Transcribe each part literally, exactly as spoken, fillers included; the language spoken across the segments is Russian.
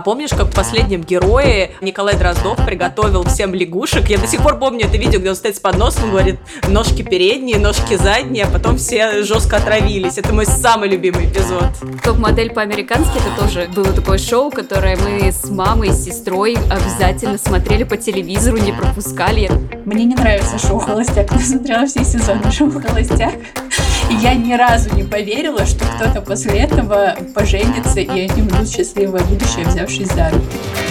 А помнишь, как в последнем герое Николай Дроздов приготовил всем лягушек? Я до сих пор помню это видео, где он стоит с подносом и говорит: ножки передние, ножки задние, а потом все жестко отравились. Это мой самый любимый эпизод. Топ-модель по-американски — это тоже было такое шоу, которое мы с мамой и с сестрой обязательно смотрели по телевизору, не пропускали. Мне не нравится шоу «Холостяк», я смотрела все сезоны шоу «Холостяк». И я ни разу не поверила, что кто-то после этого поженится, и они будут счастливое будущее, взявшись за руки.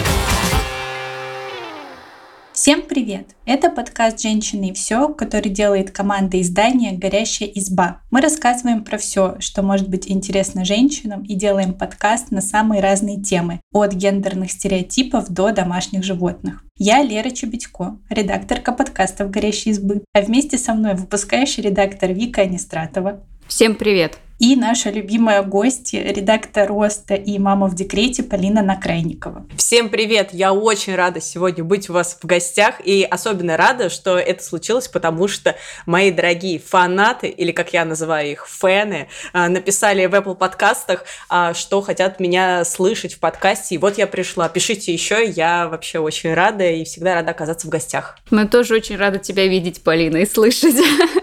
Всем привет! Это подкаст «Женщины и все», который делает команда издания «Горящая изба». Мы рассказываем про все, что может быть интересно женщинам, и делаем подкаст на самые разные темы, от гендерных стереотипов до домашних животных. Я Лера Чебедько, редакторка подкастов «Горящей избы», а вместе со мной выпускающий редактор Вика Анистратова. Всем привет! И наша любимая гостья, редактор «Роста» и мама в декрете Полина Накрайникова. Всем привет! Я очень рада сегодня быть у вас в гостях, и особенно рада, что это случилось, потому что мои дорогие фанаты, или как я называю их, фэны, написали в Apple подкастах, что хотят меня слышать в подкасте, и вот я пришла. Пишите еще, я вообще очень рада и всегда рада оказаться в гостях. Мы тоже очень рады тебя видеть, Полина, и слышать.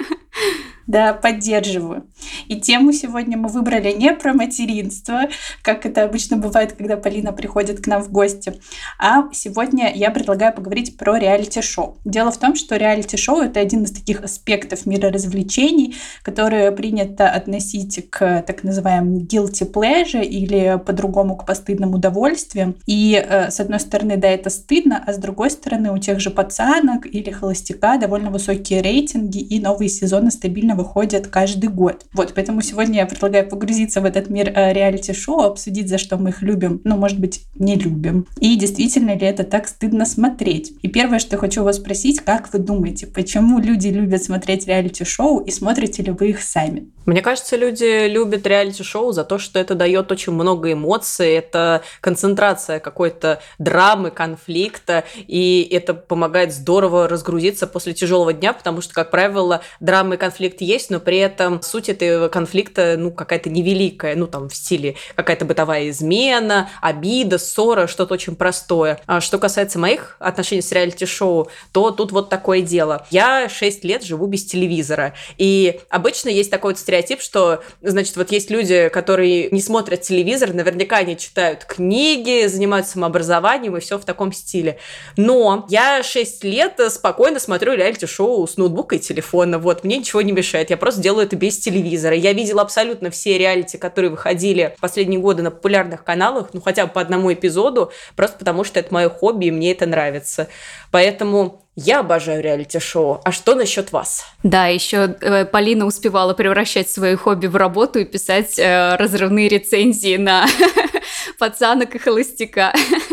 Да, поддерживаю. И тему сегодня мы выбрали не про материнство, как это обычно бывает, когда Полина приходит к нам в гости, а сегодня я предлагаю поговорить про реалити-шоу. Дело в том, что реалити-шоу — это один из таких аспектов мира развлечений, которые принято относить к так называемым guilty pleasure или по-другому к постыдным удовольствиям. И с одной стороны, да, это стыдно, а с другой стороны, у тех же пацанок или холостяка довольно высокие рейтинги, и новые сезоны стабильно выходят каждый год. Вот, поэтому сегодня я предлагаю погрузиться в этот мир э, реалити-шоу, обсудить, за что мы их любим, ну, может быть, не любим. И действительно ли это так стыдно смотреть? И первое, что хочу вас спросить, как вы думаете, почему люди любят смотреть реалити-шоу, и смотрите ли вы их сами? Мне кажется, люди любят реалити-шоу за то, что это дает очень много эмоций, это концентрация какой-то драмы, конфликта, и это помогает здорово разгрузиться после тяжелого дня, потому что, как правило, драма и конфликт есть, но при этом суть этого конфликта, ну, какая-то невеликая, ну, там, в стиле какая-то бытовая измена, обида, ссора, что-то очень простое. А что касается моих отношений с реалити-шоу, то тут вот такое дело. Я шесть лет живу без телевизора, и обычно есть такой вот стереотип, что, значит, вот есть люди, которые не смотрят телевизор, наверняка они читают книги, занимаются самообразованием и все в таком стиле. Но я шесть лет спокойно смотрю реалити-шоу с ноутбука и телефона, вот, мне ничего не мешает. Я просто делаю это без телевизора. Я видела абсолютно все реалити, которые выходили в последние годы на популярных каналах, ну, хотя бы по одному эпизоду, просто потому что это мое хобби, и мне это нравится. Поэтому я обожаю реалити-шоу. А что насчет вас? Да, еще э, Полина успевала превращать свои хобби в работу и писать э, разрывные рецензии на пацанок и холостяка.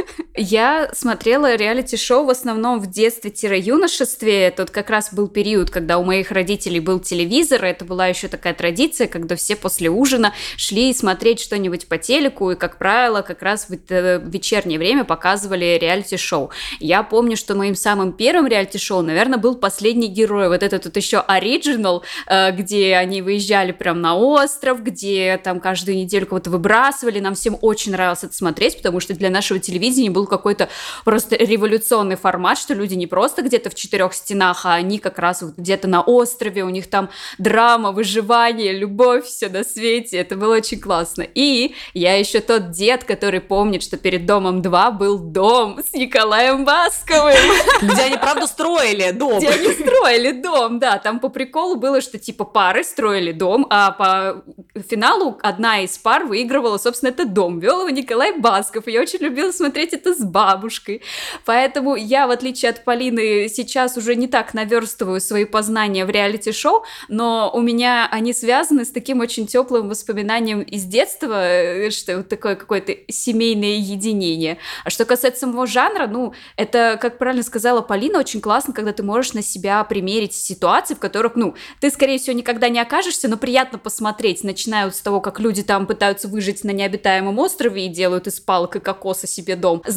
Я смотрела реалити-шоу в основном в детстве-юношестве. Тут как раз был период, когда у моих родителей был телевизор. Это была еще такая традиция, когда все после ужина шли смотреть что-нибудь по телеку, и, как правило, как раз в вечернее время показывали реалити-шоу. Я помню, что моим самым первым реалити-шоу, наверное, был «Последний герой». Вот это тут еще оригинал, где они выезжали прям на остров, где там каждую неделю кого-то выбрасывали. Нам всем очень нравилось это смотреть, потому что для нашего телевидения был какой-то просто революционный формат, что люди не просто где-то в четырех стенах, а они как раз вот где-то на острове, у них там драма, выживание, любовь, все на свете. Это было очень классно. И я еще тот дед, который помнит, что перед «Домом два» был дом с Николаем Басковым. Где они, правда, строили дом. Где они строили дом, да. Там по приколу было, что типа пары строили дом, а по финалу одна из пар выигрывала, собственно, этот дом. Вел его Николай Басков. И я очень любила смотреть это с бабушкой. Поэтому я, в отличие от Полины, сейчас уже не так наверстываю свои познания в реалити-шоу, но у меня они связаны с таким очень теплым воспоминанием из детства, что вот такое какое-то семейное единение. А что касается самого жанра, ну, это, как правильно сказала Полина, очень классно, когда ты можешь на себя примерить ситуации, в которых, ну, ты, скорее всего, никогда не окажешься, но приятно посмотреть, начиная с того, как люди там пытаются выжить на необитаемом острове и делают из палок и кокоса себе дом. С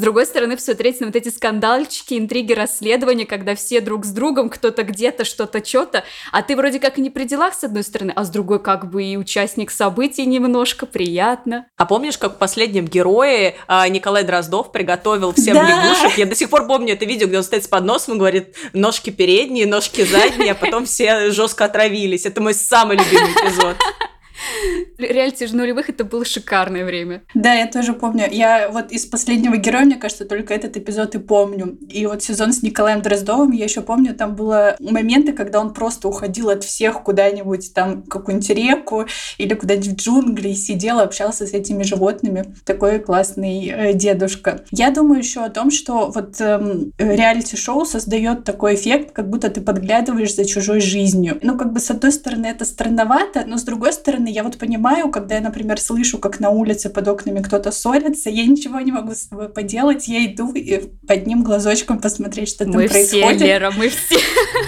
другой стороны, посмотреть на вот эти скандальчики, интриги, расследования, когда все друг с другом, кто-то где-то, что-то, что-то, а ты вроде как и не при делах, с одной стороны, а с другой как бы и участник событий немножко, приятно. А помнишь, как в последнем герое а, Николай Дроздов приготовил всем Да. лягушек? Я до сих пор помню это видео, где он стоит с подносом и говорит: ножки передние, ножки задние, а потом все жестко отравились. Это мой самый любимый эпизод. Реалити же нулевых — это было шикарное время. Да, я тоже помню. Я вот из последнего героя, мне кажется, только этот эпизод и помню. И вот сезон с Николаем Дроздовым, я еще помню, там было моменты, когда он просто уходил от всех куда-нибудь, там, в какую-нибудь реку или куда-нибудь в джунгли, и сидел, общался с этими животными. Такой классный э, дедушка. Я думаю еще о том, что вот эм, реалити-шоу создает такой эффект, как будто ты подглядываешь за чужой жизнью. Ну, как бы, с одной стороны, это странновато, но с другой стороны, я вот понимаю, когда я, например, слышу, как на улице под окнами кто-то ссорится, я ничего не могу с собой поделать, я иду и одним глазочком посмотреть, что там Мы происходит. все, Лера, мы все.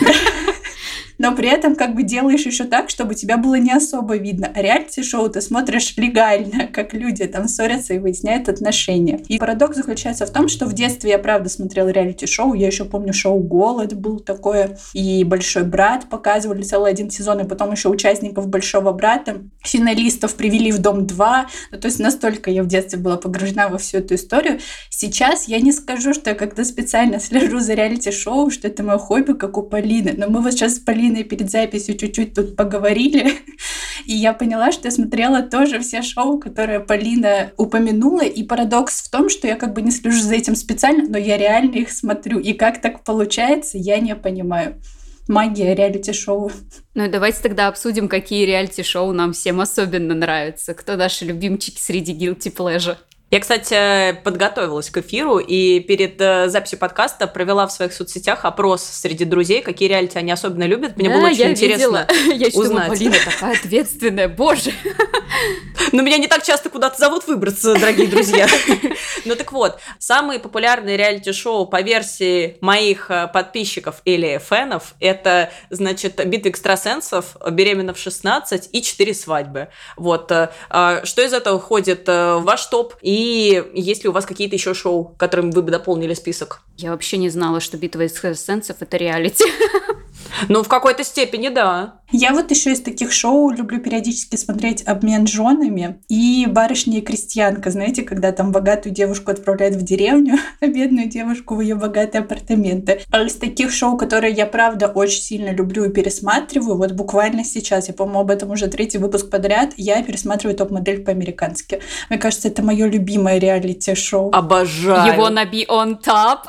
Но при этом как бы делаешь еще так, чтобы тебя было не особо видно. А реалити-шоу ты смотришь легально, как люди там ссорятся и выясняют отношения. И парадокс заключается в том, что в детстве я правда смотрела реалити-шоу. Я еще помню, шоу «Голод» был такое, и «Большой брат» показывали целый один сезон, и потом еще участников «Большого брата», финалистов привели в «Дом два». Ну, то есть настолько я в детстве была погружена во всю эту историю. Сейчас я не скажу, что я как-то специально слежу за реалити-шоу, что это мое хобби, как у Полины. Но мы вот сейчас с Полиной перед записью чуть-чуть тут поговорили, и я поняла, что я смотрела тоже все шоу, которые Полина упомянула, и парадокс в том, что я как бы не слежу за этим специально, но я реально их смотрю, и как так получается, я не понимаю. Магия реалити-шоу. Ну и давайте тогда обсудим, какие реалити-шоу нам всем особенно нравятся. Кто наши любимчики среди guilty pleasure? Я, кстати, подготовилась к эфиру и перед э, записью подкаста провела в своих соцсетях опрос среди друзей, какие реалити они особенно любят. Мне да, было очень я интересно видела. Я еще узнать. думала, Полина такая ответственная, боже. Но меня не так часто куда-то зовут выбраться, дорогие друзья. Ну так вот, самые популярные реалити-шоу по версии моих подписчиков или фенов — это, значит, «Битва экстрасенсов», «Беременна в шестнадцать» и «Четыре свадьбы». Вот. Что из этого входит в ваш топ? И есть ли у вас какие-то еще шоу, которыми вы бы дополнили список? Я вообще не знала, что «Битва экстрасенсов» — это реалити. Ну, в какой-то степени, да. Я вот еще из таких шоу люблю периодически смотреть «Обмен женами» и «Барышня и крестьянка». Знаете, когда там богатую девушку отправляют в деревню, а бедную девушку в ее богатые апартаменты. А из таких шоу, которые я, правда, очень сильно люблю и пересматриваю, вот буквально сейчас, я, по-моему, об этом уже третий выпуск подряд, я пересматриваю «Топ-модель» по-американски. Мне кажется, это мое любимое реалити-шоу. Обожаю. Его на Be On Top.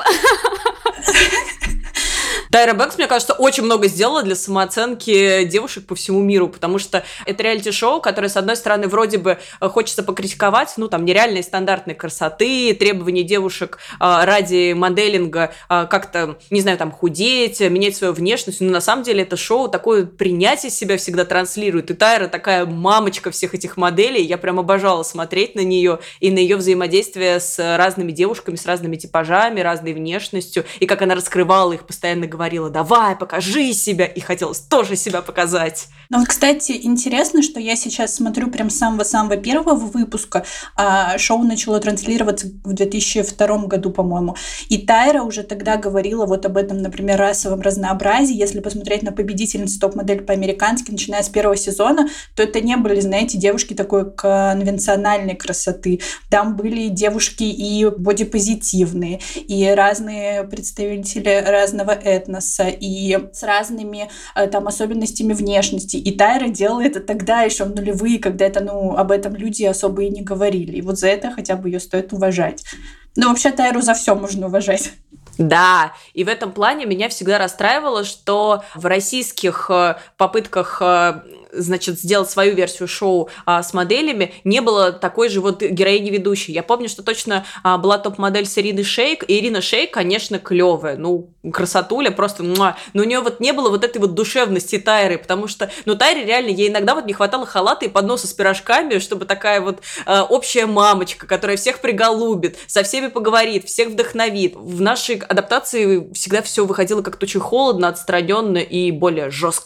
Тайра Бэнкс, мне кажется, очень много сделала для самооценки девушек по всему миру, потому что это реалити-шоу, которое, с одной стороны, вроде бы хочется покритиковать, ну, там, нереальной стандартной красоты, требований девушек а, ради моделинга а, как-то, не знаю, там, худеть, менять свою внешность, но на самом деле это шоу такое принятие себя всегда транслирует, и Тайра такая мамочка всех этих моделей, я прям обожала смотреть на нее и на ее взаимодействие с разными девушками, с разными типажами, разной внешностью, и как она раскрывала их, постоянно говорила: говорила: давай, покажи себя, и хотелось тоже себя показать. Ну вот, кстати, интересно, что я сейчас смотрю прям с самого-самого первого выпуска, а шоу начало транслироваться в две тысячи втором году, по-моему, и Тайра уже тогда говорила вот об этом, например, расовом разнообразии. Если посмотреть на победительницу топ-модель по-американски, начиная с первого сезона, то это не были, знаете, девушки такой конвенциональной красоты. Там были девушки и бодипозитивные, и разные представители разного этноса, и с разными там особенностями внешности. И Тайра делала это тогда еще в нулевые, когда это, ну, об этом люди особо и не говорили. И вот за это хотя бы ее стоит уважать. Ну, вообще, Тайру за все можно уважать. Да, и в этом плане меня всегда расстраивало, что в российских попытках, значит, сделать свою версию шоу а, с моделями, не было такой же вот героини-ведущей. Я помню, что точно а, была топ-модель с Ириной Шейк, и Ирина Шейк, конечно, клевая, ну, красотуля, просто, муа. Но у нее вот не было вот этой вот душевности Тайры, потому что, ну, Тайре реально, ей иногда вот не хватало халата и подноса с пирожками, чтобы такая вот а, общая мамочка, которая всех приголубит, со всеми поговорит, всех вдохновит. В нашей адаптации всегда все выходило как-то очень холодно, отстраненно и более жестко.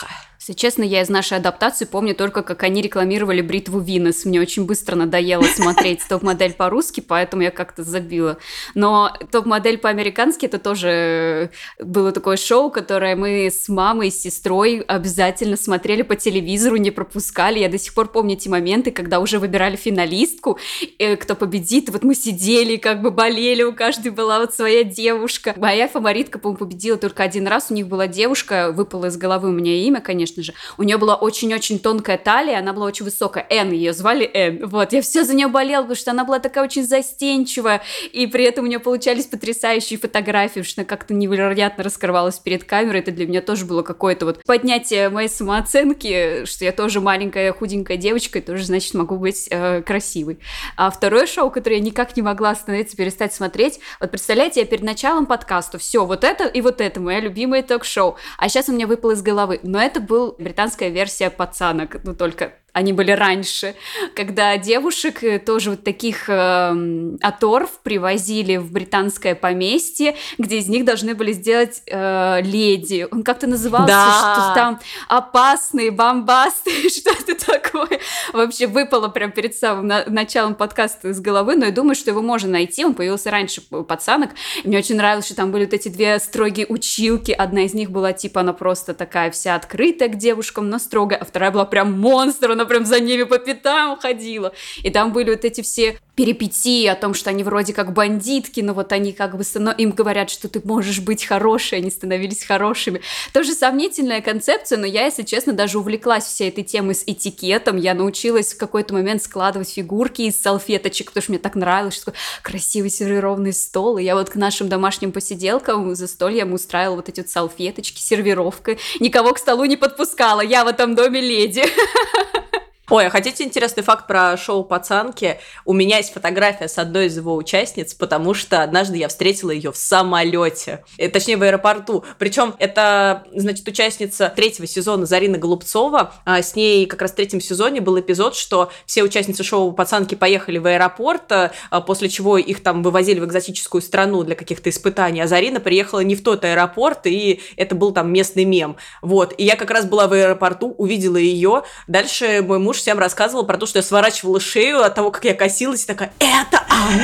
Если честно, я из нашей адаптации помню только, как они рекламировали бритву Винес. Мне очень быстро надоело смотреть топ-модель по-русски, поэтому я как-то забила. Но топ-модель по-американски — это тоже было такое шоу, которое мы с мамой и с сестрой обязательно смотрели по телевизору, не пропускали. Я до сих пор помню эти моменты, когда уже выбирали финалистку, кто победит. Вот мы сидели, как бы болели, у каждой была вот своя девушка. Моя фаворитка, по-моему, победила только один раз. У них была девушка, выпало из головы у меня имя, конечно же. У нее была очень-очень тонкая талия, она была очень высокая. Энн, ее звали Энн. Вот, я все за нее болела, потому что она была такая очень застенчивая, и при этом у нее получались потрясающие фотографии, потому что она как-то невероятно раскрывалась перед камерой. Это для меня тоже было какое-то вот поднятие моей самооценки, что я тоже маленькая худенькая девочка, и тоже, значит, могу быть э, красивой. А второе шоу, которое я никак не могла остановиться, перестать смотреть, вот представляете, я перед началом подкаста, все, вот это и вот это, моя любимая ток-шоу, а сейчас у меня выпало из головы, но это был британская версия «Пацанок», ну только они были раньше, когда девушек, тоже вот таких э, оторв, привозили в британское поместье, где из них должны были сделать э, леди. Он как-то назывался, да. что там опасные, бомбастые, что-то такое. Вообще выпало прям перед самым на- началом подкаста из головы, но я думаю, что его можно найти. Он появился раньше, «Пацанок». Мне очень нравилось, что там были вот эти две строгие училки. Одна из них была типа, она просто такая вся открытая к девушкам, но строгая, а вторая была прям монстр, она прям за ними по пятам ходила. И там были вот эти все перипетии о том, что они вроде как бандитки, но вот они как бы станов... им говорят, что ты можешь быть хорошей, они становились хорошими. Тоже сомнительная концепция, но я, если честно, даже увлеклась всей этой темой с этикетом. Я научилась в какой-то момент складывать фигурки из салфеточек, потому что мне так нравилось, что такой красивый сервированный стол. И я вот к нашим домашним посиделкам, застольям устраивала вот эти вот салфеточки, сервировкой. Никого к столу не подпускала. Я в этом доме леди. Ой, а хотите интересный факт про шоу «Пацанки»? У меня есть фотография с одной из его участниц, потому что однажды я встретила ее в самолете, э, точнее в аэропорту. Причем это, значит, участница третьего сезона Зарина Голубцова. А с ней как раз в третьем сезоне был эпизод, что все участницы шоу «Пацанки» поехали в аэропорт, а после чего их там вывозили в экзотическую страну для каких-то испытаний, а Зарина приехала не в тот аэропорт, и это был там местный мем. Вот, и я как раз была в аэропорту, увидела ее. Дальше мой муж всем рассказывал про то, что я сворачивала шею от того, как я косилась, и такая, это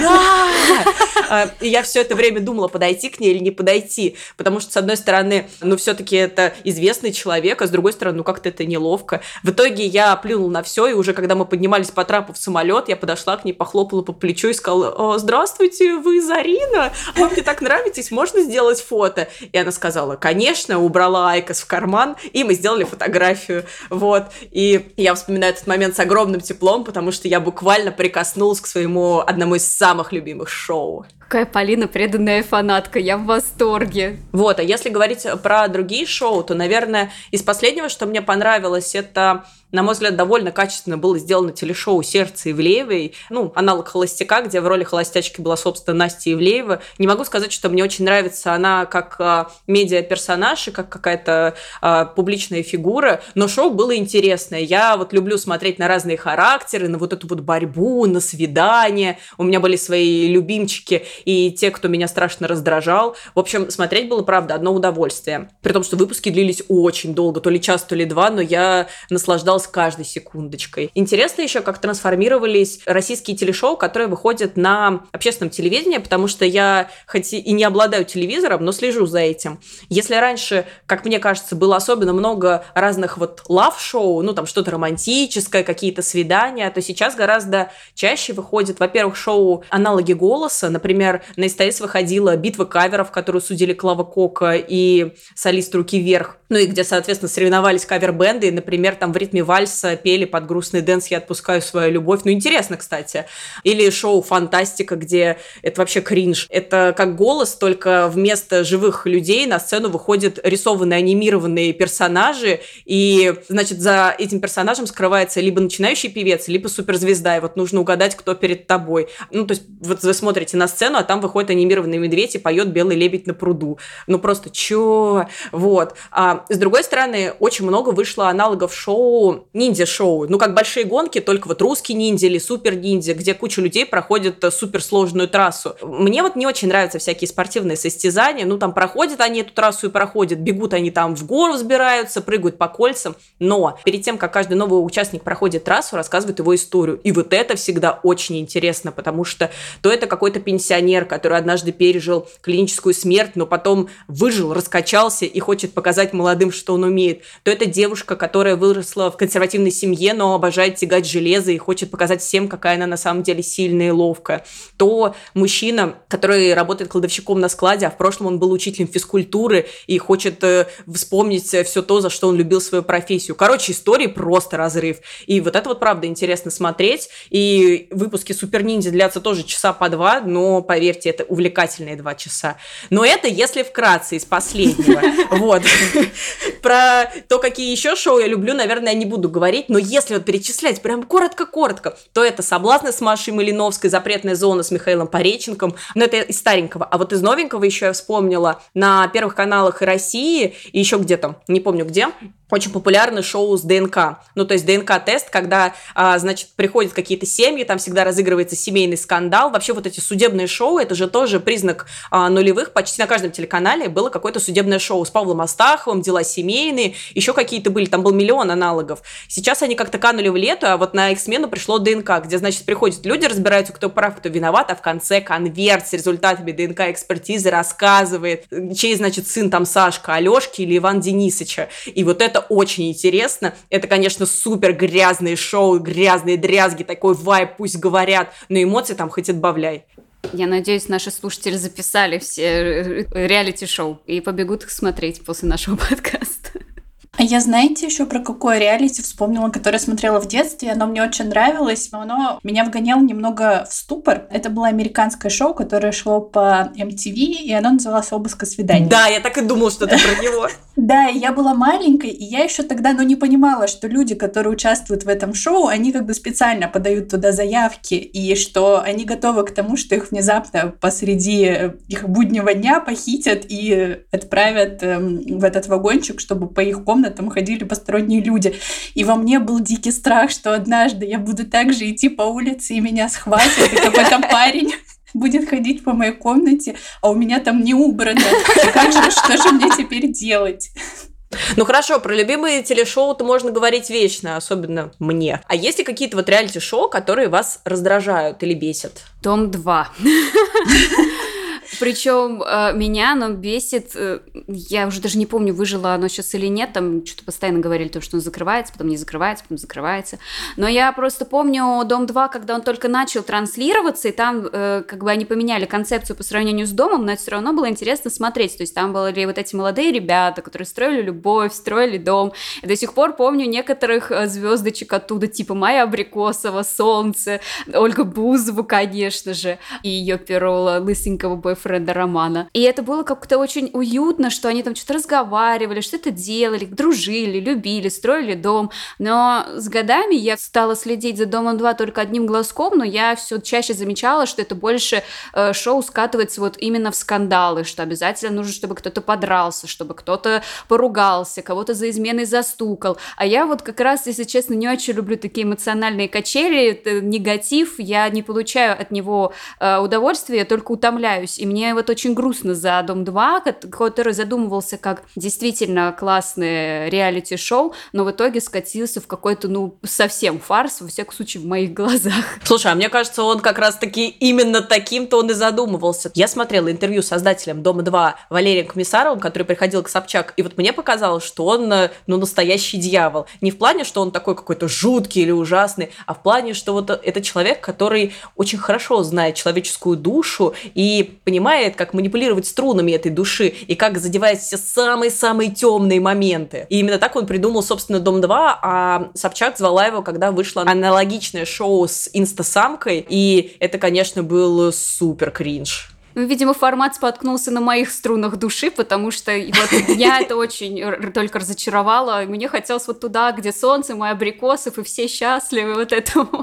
она! И я все это время думала, подойти к ней или не подойти, потому что, с одной стороны, ну, все-таки это известный человек, а с другой стороны, ну, как-то это неловко. В итоге я плюнула на все, и уже когда мы поднимались по трапу в самолет, я подошла к ней, похлопала по плечу и сказала, здравствуйте, вы Зарина? Вы мне так нравитесь, можно сделать фото? И она сказала, конечно, убрала айкос в карман, и мы сделали фотографию. Вот. И я вспоминаю этот момент с огромным теплом, потому что я буквально прикоснулась к своему одному из самых любимых шоу. Какая Полина преданная фанатка, я в восторге. Вот, а если говорить про другие шоу, то, наверное, из последнего, что мне понравилось, это, на мой взгляд, довольно качественно было сделано телешоу «Сердце Ивлеевой», ну, аналог «Холостяка», где в роли холостячки была, собственно, Настя Ивлеева. Не могу сказать, что мне очень нравится она как а, медиа-персонаж и как какая-то а, публичная фигура, но шоу было интересное. Я вот люблю смотреть на разные характеры, на вот эту вот борьбу, на свидания. У меня были свои любимчики и те, кто меня страшно раздражал. В общем, смотреть было, правда, одно удовольствие. При том, что выпуски длились очень долго, то ли час, то ли два, но я наслаждалась каждой секундочкой. Интересно еще, как трансформировались российские телешоу, которые выходят на общественном телевидении, потому что я, хоть и не обладаю телевизором, но слежу за этим. Если раньше, как мне кажется, было особенно много разных вот лав-шоу, ну, там что-то романтическое, какие-то свидания, то сейчас гораздо чаще выходят, во-первых, шоу аналоги «Голоса», например, на СТС выходила «Битва каверов», которую судили Клава Кока и солист «Руки вверх». Ну и где, соответственно, соревновались кавер-бенды. И, например, там в ритме вальса пели под грустный дэнс «Я отпускаю свою любовь». Ну, интересно, кстати. Или шоу «Фантастика», где это вообще кринж. Это как «Голос», только вместо живых людей на сцену выходят рисованные анимированные персонажи. И, значит, за этим персонажем скрывается либо начинающий певец, либо суперзвезда. И вот нужно угадать, кто перед тобой. Ну, то есть вот вы смотрите на сцену, а там выходит анимированный медведь и поет «Белый лебедь на пруду». Ну просто чё? Вот. А с другой стороны, очень много вышло аналогов шоу, ниндзя-шоу. Ну, как большие гонки, только вот русский ниндзя или супер ниндзя, где куча людей проходит суперсложную трассу. Мне вот не очень нравятся всякие спортивные состязания. Ну, там проходят они эту трассу и проходят, бегут они там в гору взбираются, прыгают по кольцам. Но перед тем, как каждый новый участник проходит трассу, рассказывает его историю. И вот это всегда очень интересно, потому что то это какой-то пенсионер, который однажды пережил клиническую смерть, но потом выжил, раскачался и хочет показать молодым, что он умеет. То это девушка, которая выросла в консервативной семье, но обожает тягать железо и хочет показать всем, какая она на самом деле сильная и ловкая. То мужчина, который работает кладовщиком на складе, а в прошлом он был учителем физкультуры и хочет э, вспомнить все то, за что он любил свою профессию. Короче, истории просто разрыв. И вот это вот правда интересно смотреть. И выпуски Супер Ниндзя длятся тоже часа по два, но, поверьте, это увлекательные два часа. Но это если вкратце из последнего. Вот. Про то, какие еще шоу я люблю, наверное, я не буду говорить, но если вот перечислять прям коротко-коротко, то это «Соблазны» с Машей Малиновской, «Запретная зона» с Михаилом Пореченковым, но это из старенького. А вот из новенького еще я вспомнила на первых каналах и России, и еще где-то, не помню где, очень популярное шоу с ДНК. Ну, то есть ДНК-тест, когда, а, значит, приходят какие-то семьи, там всегда разыгрывается семейный скандал. Вообще вот эти судебные шоу, это же тоже признак а, нулевых. Почти на каждом телеканале было какое-то судебное шоу с Павлом Астаховым, «Дела семейные», еще какие-то были, там был миллион аналогов. Сейчас они как-то канули в лету, а вот на их смену пришло ДНК, где, значит, приходят люди, разбираются, кто прав, кто виноват, а в конце конверт с результатами ДНК-экспертизы рассказывает, чей, значит, сын там Сашка, Алёшки или Иван Денисыча. И вот это очень интересно. Это, конечно, супер грязные шоу, грязные дрязги, такой вайб, пусть говорят, но эмоции там хоть отбавляй. Я надеюсь, наши слушатели записали все реалити-шоу и побегут их смотреть после нашего подкаста. А я, знаете, еще про какое реалити вспомнила, которое смотрела в детстве. Оно мне очень нравилось, но оно меня вгоняло немного в ступор. Это было американское шоу, которое шло по эм ти ви, и оно называлось «Обыск и свидание». Да, я так и думала, что это про него. Да, я была маленькой, и я еще тогда, ну, не понимала, что люди, которые участвуют в этом шоу, они как бы специально подают туда заявки, и что они готовы к тому, что их внезапно посреди их буднего дня похитят и отправят эм, в этот вагончик, чтобы по их комнатам ходили посторонние люди. И во мне был дикий страх, что однажды я буду также идти по улице, и меня схватят, и какой-то парень будет ходить по моей комнате, а у меня там не убрано. И как же, что же мне теперь делать? Ну хорошо, про любимые телешоу-то можно говорить вечно, особенно мне. А есть ли какие-то вот реалити-шоу, которые вас раздражают или бесят? Дом два. Причем э, меня оно бесит, э, я уже даже не помню, выжило оно сейчас или нет, там что-то постоянно говорили, то, что он закрывается, потом не закрывается, потом закрывается. Но я просто помню Дом два, когда он только начал транслироваться, и там э, как бы они поменяли концепцию по сравнению с Домом, но это все равно было интересно смотреть. То есть там были вот эти молодые ребята, которые строили любовь, строили дом. И до сих пор помню некоторых звездочек оттуда, типа Майя Абрикосова, Солнце, Ольга Бузова, конечно же, и ее первого лысенького бойфренда Романа. И это было как-то очень уютно, что они там что-то разговаривали, что-то делали, дружили, любили, строили дом. Но с годами я стала следить за Домом два только одним глазком, но я все чаще замечала, что это больше э, шоу скатывается вот именно в скандалы, что обязательно нужно, чтобы кто-то подрался, чтобы кто-то поругался, кого-то за изменой застукал. А я вот как раз, если честно, не очень люблю такие эмоциональные качели, это негатив, я не получаю от него э, удовольствия, я только утомляюсь. И мне вот очень грустно за Дом два, который задумывался как действительно классное реалити-шоу, но в итоге скатился в какой-то, ну, совсем фарс, во всяком случае, в моих глазах. Слушай, а мне кажется, он как раз-таки именно таким-то он и задумывался. Я смотрела интервью с создателем Дома два Валерием Комиссаровым, который приходил к Собчак, и вот мне показалось, что он, ну, настоящий дьявол. Не в плане, что он такой какой-то жуткий или ужасный, а в плане, что вот это человек, который очень хорошо знает человеческую душу и понимает, как манипулировать струнами этой души и как задевать все самые-самые темные моменты. И именно так он придумал, собственно, Дом два, а Собчак звала его, когда вышло аналогичное шоу с инстасамкой, и это, конечно, был супер кринж. Видимо, формат споткнулся на моих струнах души, потому что вот меня это очень только разочаровало. Мне хотелось вот туда, где солнце, мои абрикосов, и все счастливы, вот это вот.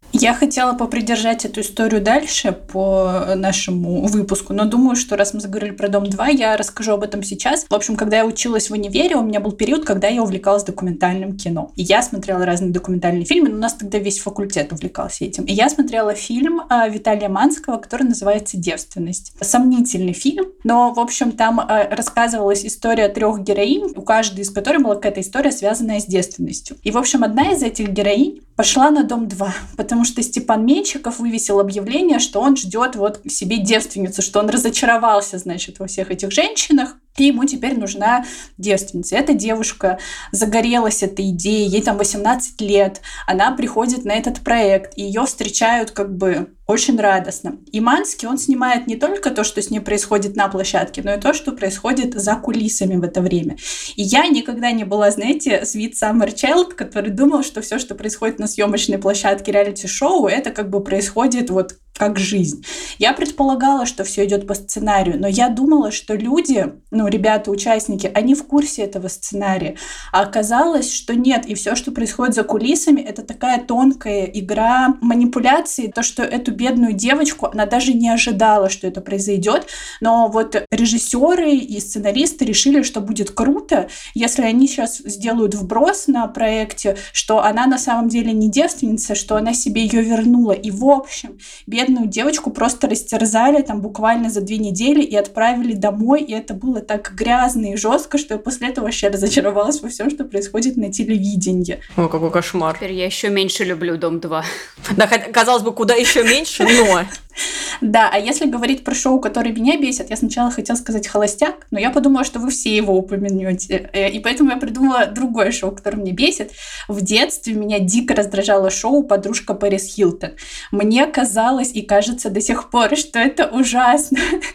Я хотела попридержать эту историю дальше по нашему выпуску, но думаю, что раз мы заговорили про «Дом два», я расскажу об этом сейчас. В общем, когда я училась в универе, у меня был период, когда я увлекалась документальным кино. И я смотрела разные документальные фильмы, но у нас тогда весь факультет увлекался этим. И я смотрела фильм Виталия Манского, который называется «Девственность». Сомнительный фильм, но, в общем, там рассказывалась история трех героинь, у каждой из которых была какая-то история, связанная с девственностью. И, в общем, одна из этих героинь пошла на «Дом два», потому что Степан Меньшиков вывесил объявление, что он ждет вот себе девственницу, что он разочаровался, значит, во всех этих женщинах, и ему теперь нужна девственница. Эта девушка загорелась этой идеей, ей там восемнадцать лет, она приходит на этот проект, и ее встречают как бы очень радостно. И Манский, он снимает не только то, что с ней происходит на площадке, но и то, что происходит за кулисами в это время. И я никогда не была, знаете, Sweet Summer Child, который думал, что все, что происходит на съемочной площадке реалити-шоу, это как бы происходит вот как жизнь. Я предполагала, что все идет по сценарию, но я думала, что люди, ну, ребята, участники, они в курсе этого сценария. А оказалось, что нет, и все, что происходит за кулисами, это такая тонкая игра манипуляции, то, что эту бедную девочку, она даже не ожидала, что это произойдет, но вот режиссеры и сценаристы решили, что будет круто, если они сейчас сделают вброс на проекте, что она на самом деле не девственница, что она себе ее вернула. И в общем, бедную девочку просто растерзали там буквально за две недели и отправили домой, и это было так грязно и жестко, что я после этого вообще разочаровалась во всем, что происходит на телевидении. Ой, какой кошмар. Теперь я еще меньше люблю «Дом два». Да, казалось бы, куда еще меньше, но... Да, а если говорить про шоу, которые меня бесят, я сначала хотела сказать «Холостяк», но я подумала, что вы все его упомянете. И поэтому я придумала другое шоу, которое меня бесит. В детстве меня дико раздражало шоу «Подружка Пэрис Хилтон». Мне казалось и кажется до сих пор, что это ужасно.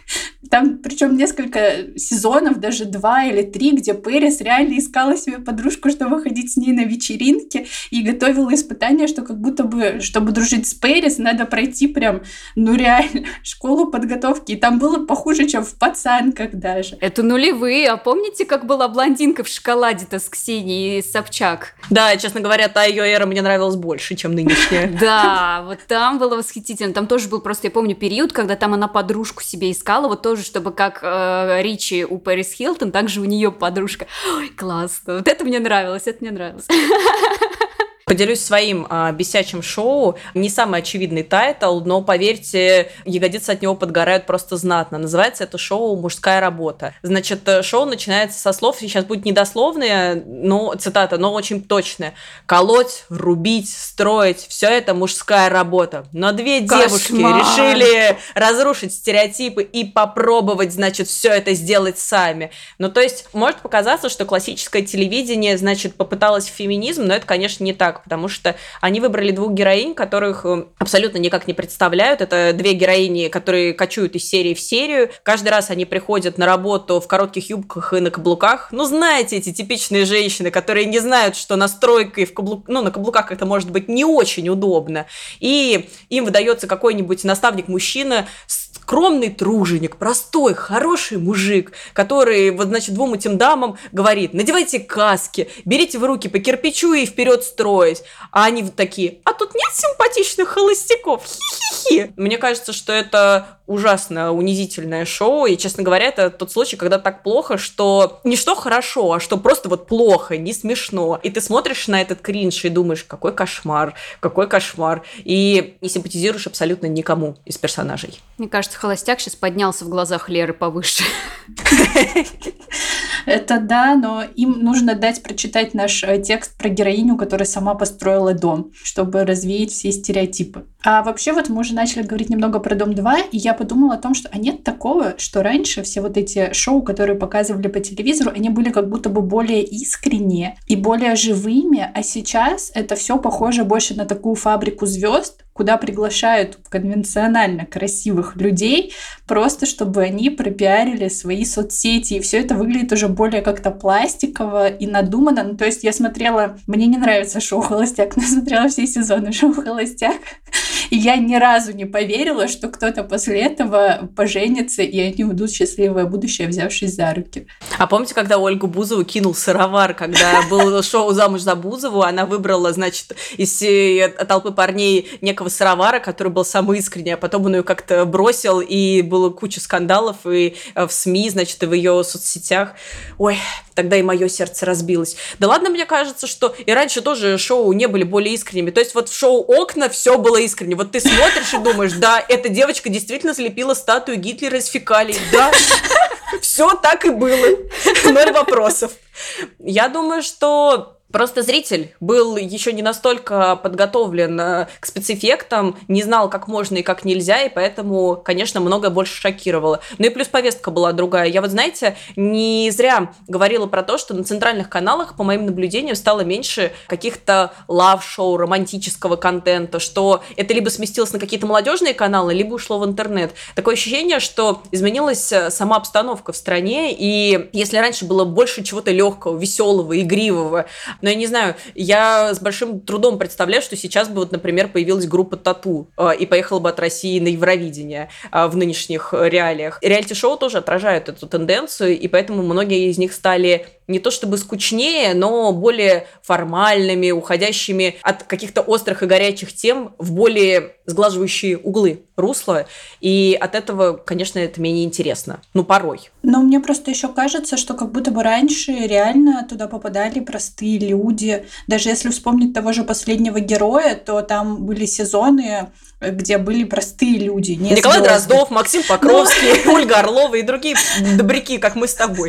Там, причем несколько сезонов, даже два или три, где Пэрис реально искала себе подружку, чтобы ходить с ней на вечеринки, и готовила испытания, что как будто бы, чтобы дружить с Пэрис, надо пройти прям, ну реально, школу подготовки. И там было похуже, чем в «Пацанках» даже. Это нулевые. А помните, как была блондинка в шоколаде-то с Ксенией Собчак? Да, честно говоря, та ее эра мне нравилась больше, чем нынешняя. Да, вот там было восхитительно. Там тоже был просто, я помню, период, когда там она подружку себе искала, вот тоже, чтобы как э, Ричи у Пэрис Хилтон, так же у нее подружка. Ой, классно. Вот это мне нравилось, это мне нравилось. Поделюсь своим а, бесячим шоу. Не самый очевидный тайтл, но, поверьте, ягодицы от него подгорают просто знатно. Называется это шоу «Мужская работа». Значит, шоу начинается со слов, сейчас будет недословные, но, цитата, но очень точная. «Колоть, рубить, строить – все это мужская работа». Но две Кошмар. девушки решили разрушить стереотипы и попробовать, значит, все это сделать сами. Ну, то есть, может показаться, что классическое телевидение, значит, попыталось феминизм, но это, конечно, не так. Потому что они выбрали двух героинь, которых абсолютно никак не представляют. Это две героини, которые кочуют из серии в серию. Каждый раз они приходят на работу в коротких юбках и на каблуках. Ну, знаете, эти типичные женщины, которые не знают, что настройкой в каблук... ну, на каблуках это может быть не очень удобно. И им выдается какой-нибудь наставник-мужчина, скромный труженик, простой, хороший мужик, который, вот, значит, двум этим дамам говорит: надевайте каски, берите в руки по кирпичу и вперед строить. А они вот такие: а тут нет симпатичных холостяков? Хи-хи-хи. Мне кажется, что это ужасно унизительное шоу, и, честно говоря, это тот случай, когда так плохо, что не что хорошо, а что просто вот плохо, не смешно. И ты смотришь на этот кринж и думаешь: какой кошмар, какой кошмар. И не симпатизируешь абсолютно никому из персонажей. Мне кажется, «Холостяк» сейчас поднялся в глазах Леры повыше. Это да, но им нужно дать прочитать наш текст про героиню, которая сама построила дом, чтобы развеять все стереотипы. А вообще вот мы уже начали говорить немного про «Дом два», и я подумала о том, что а нет такого, что раньше все вот эти шоу, которые показывали по телевизору, они были как будто бы более искренние и более живыми, а сейчас это все похоже больше на такую фабрику звезд, куда приглашают конвенционально красивых людей, просто чтобы они пропиарили свои соцсети. И все это выглядит уже более как-то пластиково и надуманно. Ну, то есть я смотрела... Мне не нравится шоу «Холостяк», но я смотрела все сезоны шоу «Холостяк». И я ни разу не поверила, что кто-то после этого поженится, и они уйдут в счастливое будущее, взявшись за руки. А помните, когда Ольгу Бузову кинул сыровар, когда было шоу «Замуж за Бузову», она выбрала, значит, из всей толпы парней некого сыровара, который был самый искренний, а потом он ее как-то бросил, и было куча скандалов и в СМИ, значит, и в ее соцсетях. Ой, тогда и мое сердце разбилось. Да ладно, мне кажется, что и раньше тоже шоу не были более искренними. То есть вот в шоу «Окна» все было искренне. Вот ты смотришь и думаешь, да, эта девочка действительно слепила статую Гитлера из фекалий. Да, все так и было. Ноль вопросов. Я думаю, что просто зритель был еще не настолько подготовлен к спецэффектам, не знал, как можно и как нельзя, и поэтому, конечно, многое больше шокировало. Ну и плюс повестка была другая. Я вот, знаете, не зря говорила про то, что на центральных каналах, по моим наблюдениям, стало меньше каких-то лав-шоу, романтического контента, что это либо сместилось на какие-то молодежные каналы, либо ушло в интернет. Такое ощущение, что изменилась сама обстановка в стране, и если раньше было больше чего-то легкого, веселого, игривого, но я не знаю, я с большим трудом представляю, что сейчас бы, вот, например, появилась группа «Тату» э, и поехала бы от России на Евровидение э, в нынешних реалиях. Реалити-шоу тоже отражают эту тенденцию, и поэтому многие из них стали не то чтобы скучнее, но более формальными, уходящими от каких-то острых и горячих тем в более сглаживающие углы русла, и от этого, конечно, это менее интересно. Ну, порой. Но мне просто еще кажется, что как будто бы раньше реально туда попадали простые люди. Даже если вспомнить того же «Последнего героя», то там были сезоны, где были простые люди. Не Николай звезды. Дроздов, Максим Покровский, ну... Ольга Орлова и другие добряки, как мы с тобой.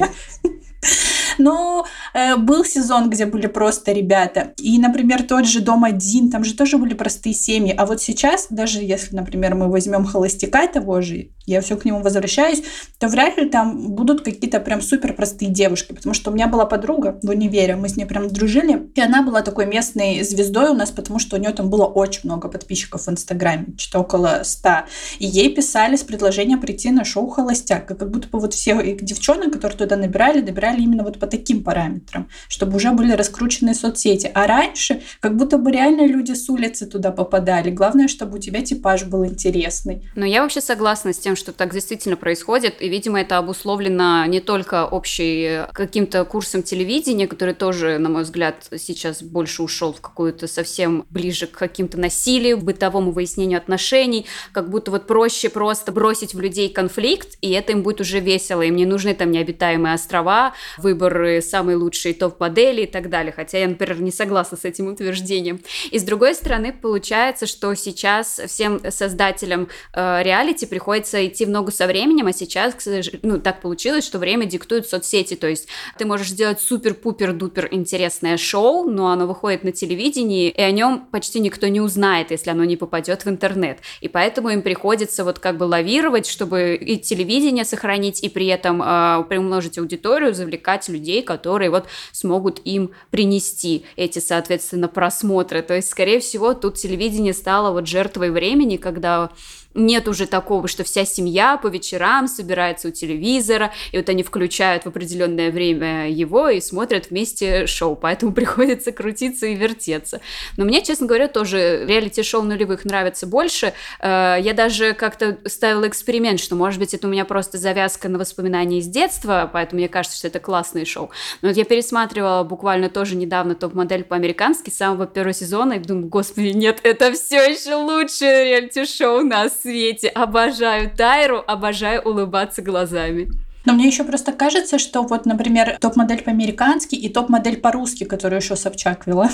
Ну, э, был сезон, где были просто ребята. И, например, тот же «Дом один», там же тоже были простые семьи. А вот сейчас, даже если, например, мы возьмем «Холостяка» того же, я все к нему возвращаюсь, то вряд ли там будут какие-то прям супер простые девушки. Потому что у меня была подруга в универе, мы с ней прям дружили. И она была такой местной звездой у нас, потому что у нее там было очень много подписчиков в Инстаграме, что-то около ста. И ей писали с предложением прийти на шоу «Холостяк». Как будто бы вот все девчонок, которые туда набирали, набирали именно вот по таким параметрам, чтобы уже были раскручены соцсети. А раньше как будто бы реально люди с улицы туда попадали. Главное, чтобы у тебя типаж был интересный. Но я вообще согласна с тем, что так действительно происходит, и, видимо, это обусловлено не только общим каким-то курсом телевидения, который тоже, на мой взгляд, сейчас больше ушел в какую-то совсем ближе к каким-то насилию, бытовому выяснению отношений, как будто вот проще просто бросить в людей конфликт, и это им будет уже весело, им не нужны там необитаемые острова, выбор самой лучшей топ-модели и так далее, хотя я, например, не согласна с этим утверждением. И с другой стороны, получается, что сейчас всем создателям э, реалити приходится идти в ногу со временем, а сейчас, ну, так получилось, что время диктуют соцсети, то есть ты можешь сделать супер-пупер-дупер интересное шоу, но оно выходит на телевидении, и о нем почти никто не узнает, если оно не попадет в интернет, и поэтому им приходится вот как бы лавировать, чтобы и телевидение сохранить, и при этом э, приумножить аудиторию, завлекать людей, которые вот смогут им принести эти, соответственно, просмотры, то есть, скорее всего, тут телевидение стало вот жертвой времени, когда нет уже такого, что вся семья по вечерам собирается у телевизора, и вот они включают в определенное время его и смотрят вместе шоу, поэтому приходится крутиться и вертеться. Но мне, честно говоря, тоже реалити-шоу нулевых нравится больше. Я даже как-то ставила эксперимент, что, может быть, это у меня просто завязка на воспоминания из детства, поэтому мне кажется, что это классное шоу. Но вот я пересматривала буквально тоже недавно «Топ-модель» по-американски с самого первого сезона, и думаю, господи, нет, это все еще лучшее реалити-шоу на свете. Обожаю Тайру, обожаю улыбаться глазами. Но мне еще просто кажется, что вот, например, «Топ-модель» по-американски и «Топ-модель» по-русски, которую еще Собчак вела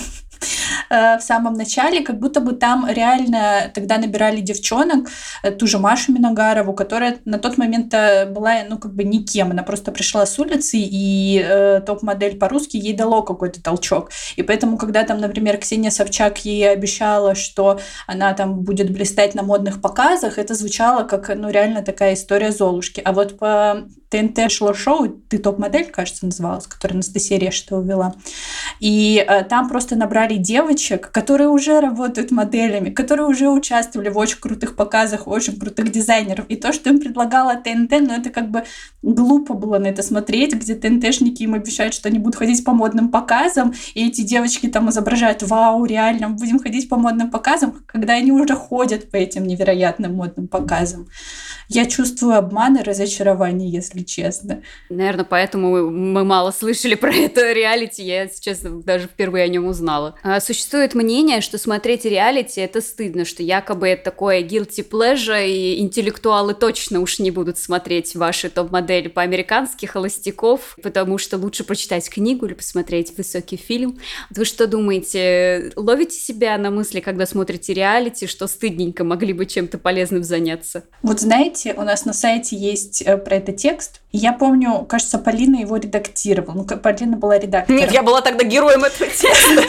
в самом начале, как будто бы там реально тогда набирали девчонок, ту же Машу Миногарову, которая на тот момент была, ну, как бы никем. Она просто пришла с улицы, и э, «Топ-модель» по-русски ей дало какой-то толчок. И поэтому, когда там, например, Ксения Собчак ей обещала, что она там будет блистать на модных показах, это звучало как, ну, реально такая история Золушки. А вот по ТНТ шло шоу «Ты топ-модель», кажется, называлось, которое Анастасия Решетова вела. И э, там просто набрали девочек, которые уже работают моделями, которые уже участвовали в очень крутых показах, очень крутых дизайнеров. И то, что им предлагала ТНТ, ну это как бы глупо было на это смотреть, где ТНТшники им обещают, что они будут ходить по модным показам, и эти девочки там изображают: вау, реально, мы будем ходить по модным показам, когда они уже ходят по этим невероятным модным показам. Я чувствую обман и разочарование, если честно. Наверное, поэтому мы мало слышали про это реалити. Я, если честно, даже впервые о нем узнала. Существует мнение, что смотреть реалити — это стыдно, что якобы это такое guilty pleasure, и интеллектуалы точно уж не будут смотреть ваши топ-модели по-американски, холостяков, потому что лучше прочитать книгу или посмотреть высокий фильм. Вы что думаете? Ловите себя на мысли, когда смотрите реалити, что стыдненько, могли бы чем-то полезным заняться? Вот знаете, у нас на сайте есть про это текст. И я помню, кажется, Полина его редактировала. Ну, Полина была редактором. Нет, я была тогда героем этого текста.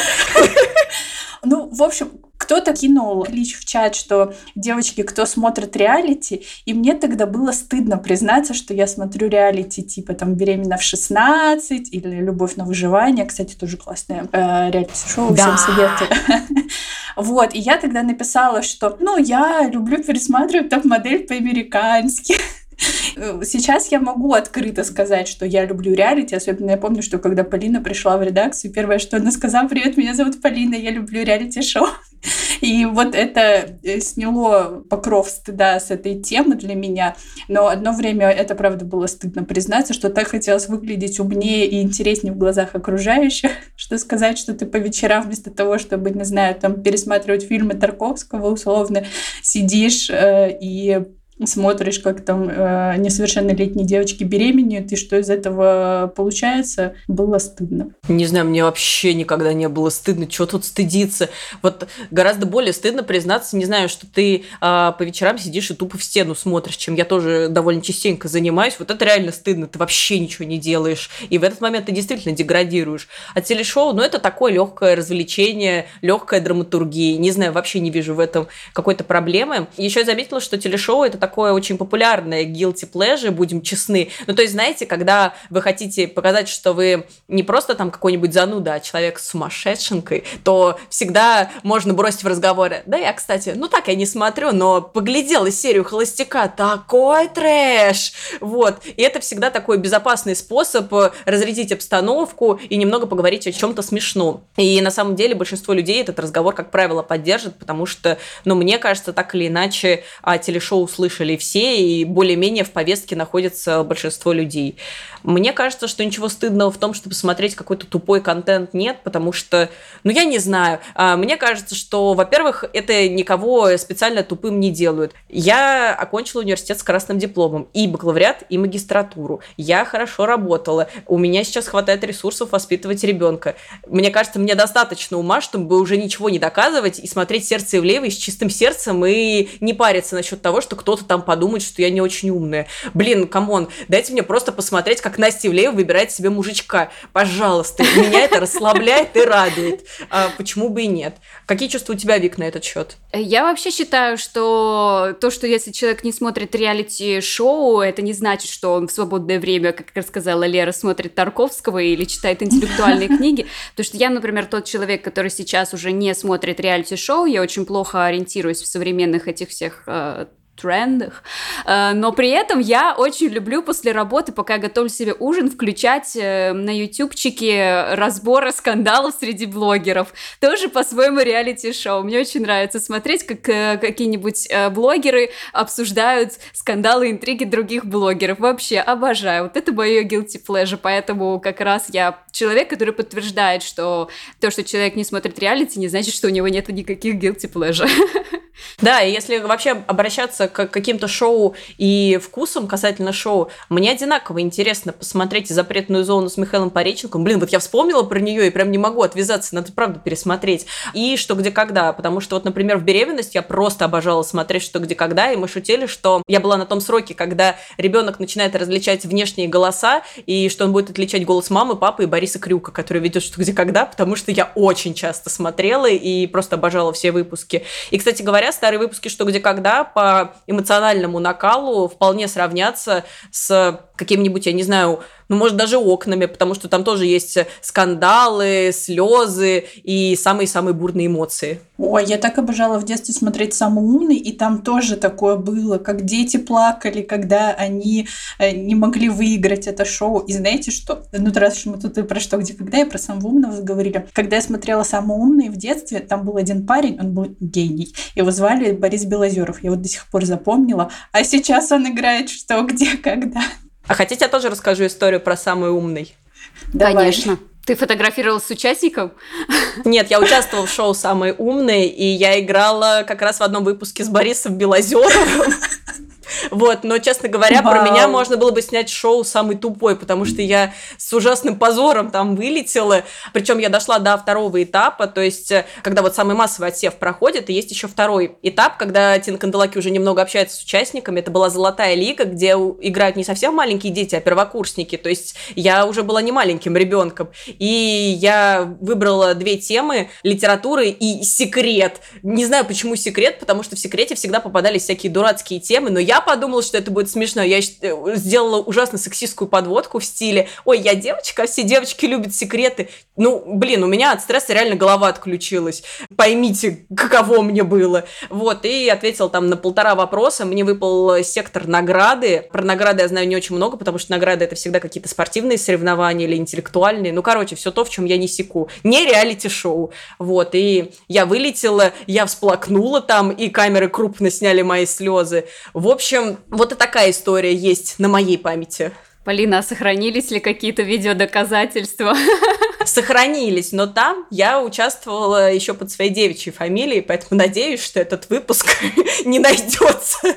Ну, в общем, кто-то кинул клич в чат, что девочки, кто смотрит реалити, и мне тогда было стыдно признаться, что я смотрю реалити типа там «Беременна в шестнадцать» или «Любовь на выживание». Кстати, тоже классное э, реалити-шоу, да. Всем советую. Вот, и я тогда написала, что, ну, я люблю пересматривать топ-модель по-американски. Сейчас я могу открыто сказать, что я люблю реалити, особенно я помню, что когда Полина пришла в редакцию, первое, что она сказала: «Привет, меня зовут Полина, я люблю реалити-шоу». И вот это сняло покров стыда с этой темы для меня, но одно время это, правда, было стыдно признаться, что так хотелось выглядеть умнее и интереснее в глазах окружающих, что сказать, что ты по вечерам вместо того, чтобы, не знаю, там пересматривать фильмы Тарковского, условно, сидишь э, и смотришь, как там э, несовершеннолетние девочки беременеют, и что из этого получается, было стыдно. Не знаю, мне вообще никогда не было стыдно. Чего тут стыдиться? Вот гораздо более стыдно признаться, не знаю, что ты э, по вечерам сидишь и тупо в стену смотришь, чем я тоже довольно частенько занимаюсь. Вот это реально стыдно. Ты вообще ничего не делаешь. И в этот момент ты действительно деградируешь. А телешоу, ну, это такое легкое развлечение, легкая драматургия. Не знаю, вообще не вижу в этом какой-то проблемы. Еще я заметила, что телешоу — это такое очень популярное guilty pleasure, будем честны. Ну, то есть, знаете, когда вы хотите показать, что вы не просто там какой-нибудь зануда, а человек с сумасшедшенкой, то всегда можно бросить в разговоре: да, я, кстати, ну так я не смотрю, но поглядела серию «Холостяка», такой трэш! Вот. И это всегда такой безопасный способ разрядить обстановку и немного поговорить о чем-то смешном. И на самом деле большинство людей этот разговор, как правило, поддержит, потому что, ну, мне кажется, так или иначе о телешоу слышали все, и более-менее в повестке находится большинство людей. Мне кажется, что ничего стыдного в том, чтобы смотреть какой-то тупой контент, нет, потому что, ну, я не знаю. Мне кажется, что, во-первых, это никого специально тупым не делают. Я окончила университет с красным дипломом, и бакалавриат, и магистратуру. Я хорошо работала. У меня сейчас хватает ресурсов воспитывать ребенка. Мне кажется, мне достаточно ума, чтобы уже ничего не доказывать и смотреть «Сердце Ивлеевой» с чистым сердцем и не париться насчет того, что кто-то там подумает, что я не очень умная. Блин, камон, дайте мне просто посмотреть, как Настя Ивлеева выбирает себе мужичка. Пожалуйста. Меня это расслабляет и радует. А почему бы и нет? Какие чувства у тебя, Вик, на этот счет? Я вообще считаю, что то, что если человек не смотрит реалити-шоу, это не значит, что он в свободное время, как рассказала Лера, смотрит Тарковского или читает интеллектуальные книги. Потому что я, например, тот человек, который сейчас уже не смотрит реалити-шоу, я очень плохо ориентируюсь в современных этих всех трендах, но при этом я очень люблю после работы, пока я готовлю себе ужин, включать на ютубчике разборы скандалов среди блогеров. Тоже по-своему реалити-шоу. Мне очень нравится смотреть, как какие-нибудь блогеры обсуждают скандалы и интриги других блогеров. Вообще обожаю. Вот это мое guilty pleasure, поэтому как раз я человек, который подтверждает, что то, что человек не смотрит реалити, не значит, что у него нет никаких guilty pleasure. Да, и если вообще обращаться к каким-то шоу и вкусам касательно шоу, мне одинаково интересно посмотреть «Запретную зону» с Михаилом Пореченковым. Блин, вот я вспомнила про нее и прям не могу отвязаться, надо правда пересмотреть. И «Что, где, когда», потому что вот, например, в «Беременность» я просто обожала смотреть «Что, где, когда», и мы шутили, что я была на том сроке, когда ребенок начинает различать внешние голоса, и что он будет отличать голос мамы, папы и Бориса Крюка, который ведет «Что, где, когда», потому что я очень часто смотрела и просто обожала все выпуски. И, кстати говоря, говоря, старые выпуски «Что, где, когда» по эмоциональному накалу вполне сравнятся с каким-нибудь, я не знаю, ну, может, даже «Окнами», потому что там тоже есть скандалы, слезы и самые-самые бурные эмоции. Ой, я так обожала в детстве смотреть «Самый умный», и там тоже такое было, как дети плакали, когда они не могли выиграть это шоу. И знаете что? Ну, раз уж мы тут и про «Что, где, когда», и про «Самого умного» заговорили. Когда я смотрела «Самый умный» в детстве, там был один парень, он был гений. Его звали Борис Белозеров. Я вот до сих пор запомнила. А сейчас он играет «Что, где, когда». А хотите, я тоже расскажу историю про «Самый умный»? Давай. Конечно. Ты фотографировалась с участником? Нет, я участвовала в шоу «Самый умный», и я играла как раз в одном выпуске с Борисом Белозеровым. Вот, но, честно говоря, Вау. про меня можно было бы снять шоу «Самый тупой», потому что я с ужасным позором там вылетела. Причем я дошла до второго этапа, то есть, когда вот самый массовый отсев проходит, и есть еще второй этап, когда Тина Канделаки уже немного общается с участниками. Это была «Золотая лига», где играют не совсем маленькие дети, а первокурсники. То есть я уже была не маленьким ребенком. И я выбрала две темы: литература и секрет. Не знаю, почему секрет, потому что в секрете всегда попадались всякие дурацкие темы, но я подумала, что это будет смешно. Я сделала ужасно сексистскую подводку в стиле: ой, я девочка, а все девочки любят секреты. Ну, блин, у меня от стресса реально голова отключилась. Поймите, каково мне было. Вот, и ответила там на полтора вопроса. Мне выпал сектор награды. Про награды я знаю не очень много, потому что награды — это всегда какие-то спортивные соревнования или интеллектуальные. Ну, короче, все то, в чем я не секу. Не реалити-шоу. Вот, и я вылетела, я всплакнула там, и камеры крупно сняли мои слезы. В общем, вот и такая история есть на моей памяти. Полина, а сохранились ли какие-то видеодоказательства? Сохранились, но там я участвовала еще под своей девичьей фамилией, поэтому надеюсь, что этот выпуск не найдется.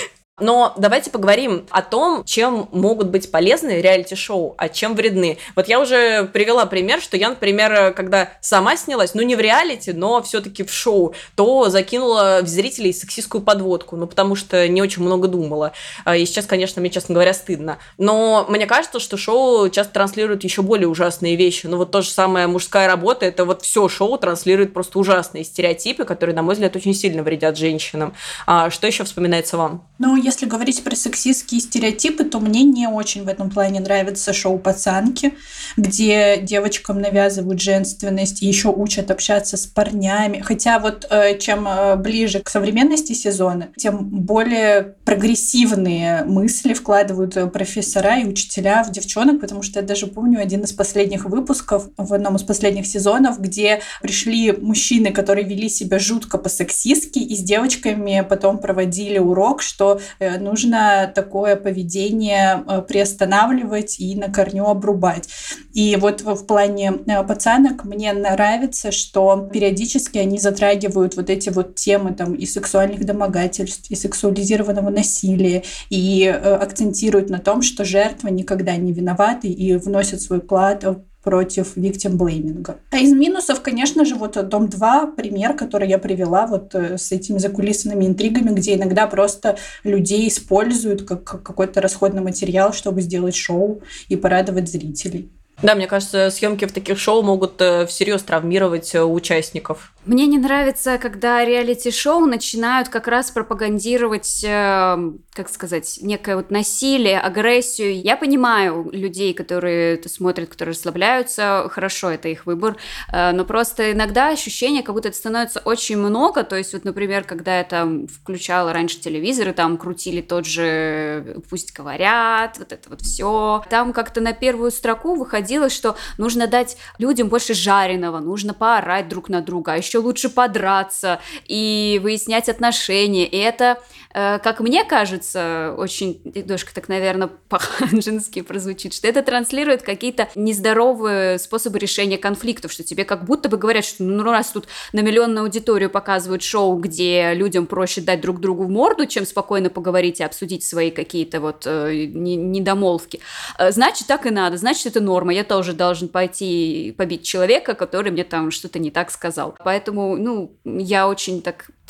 Но давайте поговорим о том, чем могут быть полезны реалити-шоу, а чем вредны. Вот я уже привела пример, что я, например, когда сама снялась, ну не в реалити, но все-таки в шоу, то закинула в зрителей сексистскую подводку, ну потому что не очень много думала. И сейчас, конечно, мне, честно говоря, стыдно. Но мне кажется, что шоу часто транслирует еще более ужасные вещи. Ну вот то же самое «Мужская работа», это вот все шоу транслирует просто ужасные стереотипы, которые, на мой взгляд, очень сильно вредят женщинам. А что еще вспоминается вам? Ну, если говорить про сексистские стереотипы, то мне не очень в этом плане нравится шоу «Пацанки», где девочкам навязывают женственность и еще учат общаться с парнями. Хотя вот чем ближе к современности сезона, тем более прогрессивные мысли вкладывают профессора и учителя в девчонок, потому что я даже помню один из последних выпусков, в одном из последних сезонов, где пришли мужчины, которые вели себя жутко по-сексистски, и с девочками потом проводили урок, что нужно такое поведение приостанавливать и на корню обрубать. И вот в плане «Пацанок» мне нравится, что периодически они затрагивают вот эти вот темы там и сексуальных домогательств, и сексуализированного насилия, и акцентируют на том, что жертва никогда не виновата, и вносят свой вклад против victim-блейминга. А из минусов, конечно же, вот «Дом два», пример, который я привела вот с этими закулисными интригами, где иногда просто людей используют как какой-то расходный материал, чтобы сделать шоу и порадовать зрителей. Да, мне кажется, съемки в таких шоу могут всерьез травмировать участников. Мне не нравится, когда реалити-шоу начинают как раз пропагандировать, э, как сказать, некое вот насилие, агрессию. Я понимаю людей, которые это смотрят, которые расслабляются, хорошо, это их выбор, э, но просто иногда ощущение, как будто это становится очень много. То есть вот, например, когда я там включала раньше телевизор, и там крутили тот же «Пусть говорят», вот это вот все, там как-то на первую строку выходило, что нужно дать людям больше жареного, нужно поорать друг на друга, а еще лучше подраться и выяснять отношения. И это, э, как мне кажется, очень, немножко так, наверное, по-ханжински прозвучит, что это транслирует какие-то нездоровые способы решения конфликтов, что тебе как будто бы говорят, что ну раз тут на миллионную аудиторию показывают шоу, где людям проще дать друг другу в морду, чем спокойно поговорить и обсудить свои какие-то вот э, недомолвки, э, значит, так и надо, значит, это норма, я тоже должен пойти побить человека, который мне там что-то не так сказал. Поэтому, ну, я очень так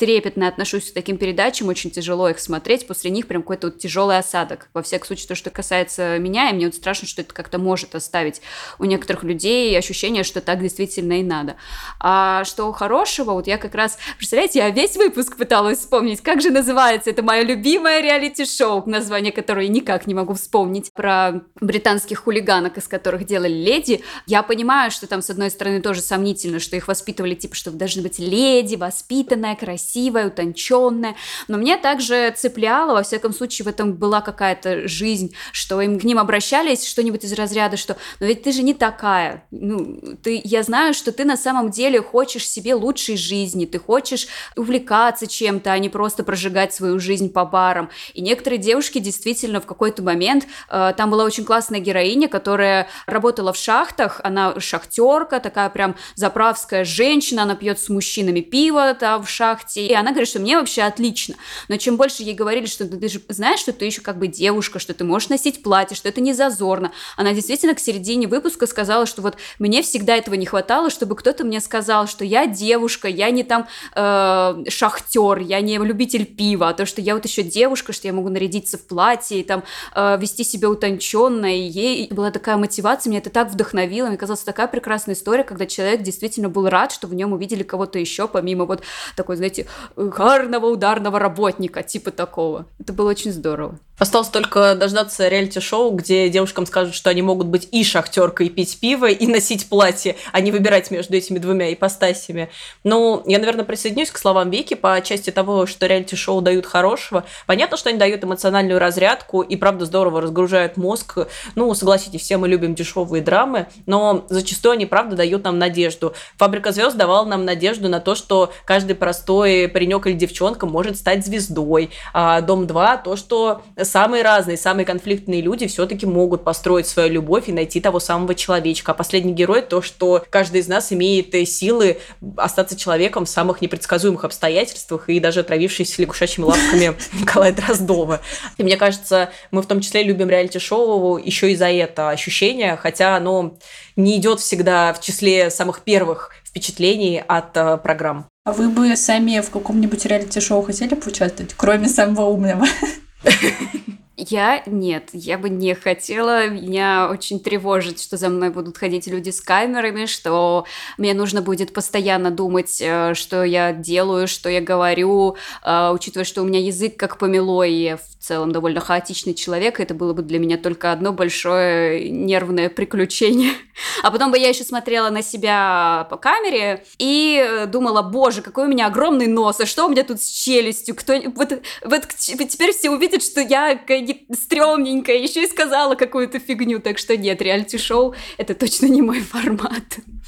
трепетно отношусь к таким передачам, очень тяжело их смотреть, после них прям какой-то вот тяжелый осадок. Во всяком случае, то, что касается меня, и мне вот страшно, что это как-то может оставить у некоторых людей ощущение, что так действительно и надо. А что хорошего, вот я как раз, представляете, я весь выпуск пыталась вспомнить, как же называется это мое любимое реалити-шоу, название которое я никак не могу вспомнить, про британских хулиганок, из которых делали леди. Я понимаю, что там, с одной стороны, тоже сомнительно, что их воспитывали, типа, что вы должны быть леди, воспитанная, красивая, утонченная. Но мне также цепляло, во всяком случае, в этом была какая-то жизнь, что им к ним обращались, что-нибудь из разряда, что «но ведь ты же не такая, ну, ты, я знаю, что ты на самом деле хочешь себе лучшей жизни, ты хочешь увлекаться чем-то, а не просто прожигать свою жизнь по барам». И некоторые девушки действительно в какой-то момент, э, там была очень классная героиня, которая работала в шахтах, она шахтерка, такая прям заправская женщина, она пьет с мужчинами пиво там в шахте, и она говорит, что мне вообще отлично. Но чем больше ей говорили, что ты же знаешь, что ты еще как бы девушка, что ты можешь носить платье, что это не зазорно, она действительно к середине выпуска сказала, что вот мне всегда этого не хватало, чтобы кто-то мне сказал, что я девушка, я не там э, шахтер, я не любитель пива, а то, что я вот еще девушка, что я могу нарядиться в платье и там э, вести себя утонченно, и ей была такая мотивация, меня это так вдохновило, мне казалось, такая прекрасная история, когда человек действительно был рад, что в нем увидели кого-то еще, помимо вот такой, знаете, гарного ударного работника, типа такого. Это было очень здорово. Осталось только дождаться реалити-шоу, где девушкам скажут, что они могут быть и шахтеркой, и пить пиво, и носить платье, а не выбирать между этими двумя ипостасями. Ну, я, наверное, присоединюсь к словам Вики по части того, что реалити-шоу дают хорошего. Понятно, что они дают эмоциональную разрядку и, правда, здорово разгружают мозг. Ну, согласитесь, все мы любим дешевые драмы, но зачастую они, правда, дают нам надежду. «Фабрика звезд» давала нам надежду на то, что каждый простой паренек или девчонка может стать звездой. А «Дом-два» то, что самые разные, самые конфликтные люди все-таки могут построить свою любовь и найти того самого человечка. А последний герой то, что каждый из нас имеет силы остаться человеком в самых непредсказуемых обстоятельствах и даже отравившись лягушачьими лапками Николая Дроздова. И мне кажется, мы в том числе любим реалити-шоу еще и за это ощущение, хотя оно не идет всегда в числе самых первых впечатлений от э, программ. А вы бы сами в каком-нибудь реалити-шоу хотели поучаствовать, кроме самого умного? Я нет, я бы не хотела. Меня очень тревожит, что за мной будут ходить люди с камерами, что мне нужно будет постоянно думать, что я делаю, что я говорю, учитывая, что у меня язык как помело, и я в целом довольно хаотичный человек, это было бы для меня только одно большое нервное приключение. А потом бы я еще смотрела на себя по камере и думала, боже, какой у меня огромный нос, а что у меня тут с челюстью? Кто... Вот, вот теперь все увидят, что я стрёмненькая, еще и сказала какую-то фигню, так что нет, реалити-шоу — это точно не мой формат.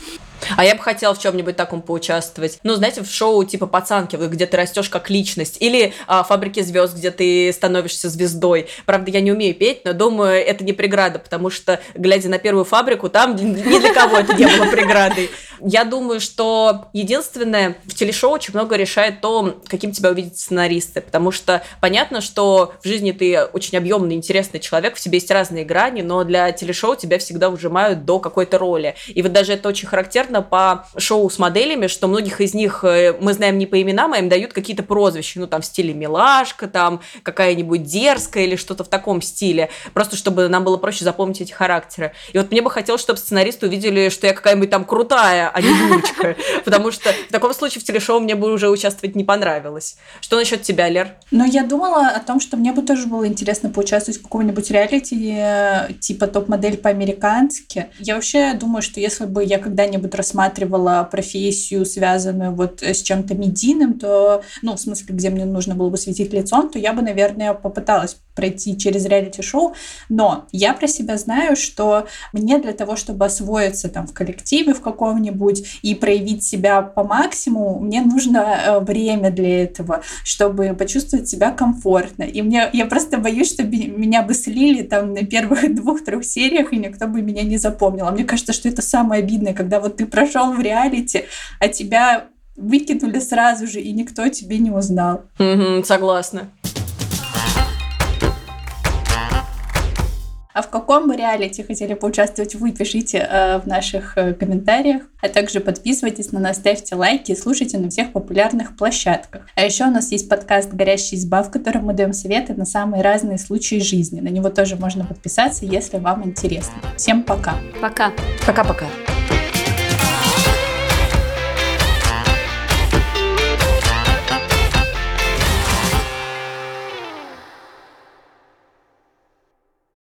А я бы хотела в чем-нибудь таком поучаствовать. Ну, знаете, в шоу типа «Пацанки», где ты растешь как личность. Или а, «Фабрики звезд», где ты становишься звездой. Правда, я не умею петь, но думаю, это не преграда, потому что, глядя на первую «Фабрику», там ни для кого это не было преградой. Я думаю, что единственное, в телешоу очень много решает то, каким тебя увидят сценаристы. Потому что понятно, что в жизни ты очень объемный, интересный человек, в тебе есть разные грани, но для телешоу тебя всегда ужимают до какой-то роли. И вот даже это очень характерно по шоу с моделями, что многих из них мы знаем не по именам, а им дают какие-то прозвища, ну там в стиле «милашка», там какая-нибудь «дерзкая» или что-то в таком стиле, просто чтобы нам было проще запомнить эти характеры. И вот мне бы хотелось, чтобы сценаристы увидели, что я какая-нибудь там крутая, а не дурочка, потому что в таком случае в телешоу мне бы уже участвовать не понравилось. Что насчет тебя, Лер? Ну, я думала о том, что мне бы тоже было интересно поучаствовать в каком-нибудь реалити, типа «Топ-модель» по-американски. Я вообще думаю, что если бы я когда-нибудь рассматривала профессию, связанную вот с чем-то медийным, то, ну, в смысле, где мне нужно было бы светить лицом, то я бы, наверное, попыталась пройти через реалити-шоу, но я про себя знаю, что мне для того, чтобы освоиться там в коллективе в каком-нибудь и проявить себя по максимуму, мне нужно время для этого, чтобы почувствовать себя комфортно. И мне, я просто боюсь, что меня бы слили там на первых двух-трех сериях, и никто бы меня не запомнил. А мне кажется, что это самое обидное, когда вот ты прошел в реалити, а тебя выкинули сразу же, и никто тебе не узнал. Mm-hmm, согласна. А в каком бы реалити хотели поучаствовать вы, пишите э, в наших э, комментариях. А также подписывайтесь на нас, ставьте лайки и слушайте на всех популярных площадках. А еще у нас есть подкаст «Горящая изба», в котором мы даем советы на самые разные случаи жизни. На него тоже можно подписаться, если вам интересно. Всем пока. Пока. Пока-пока.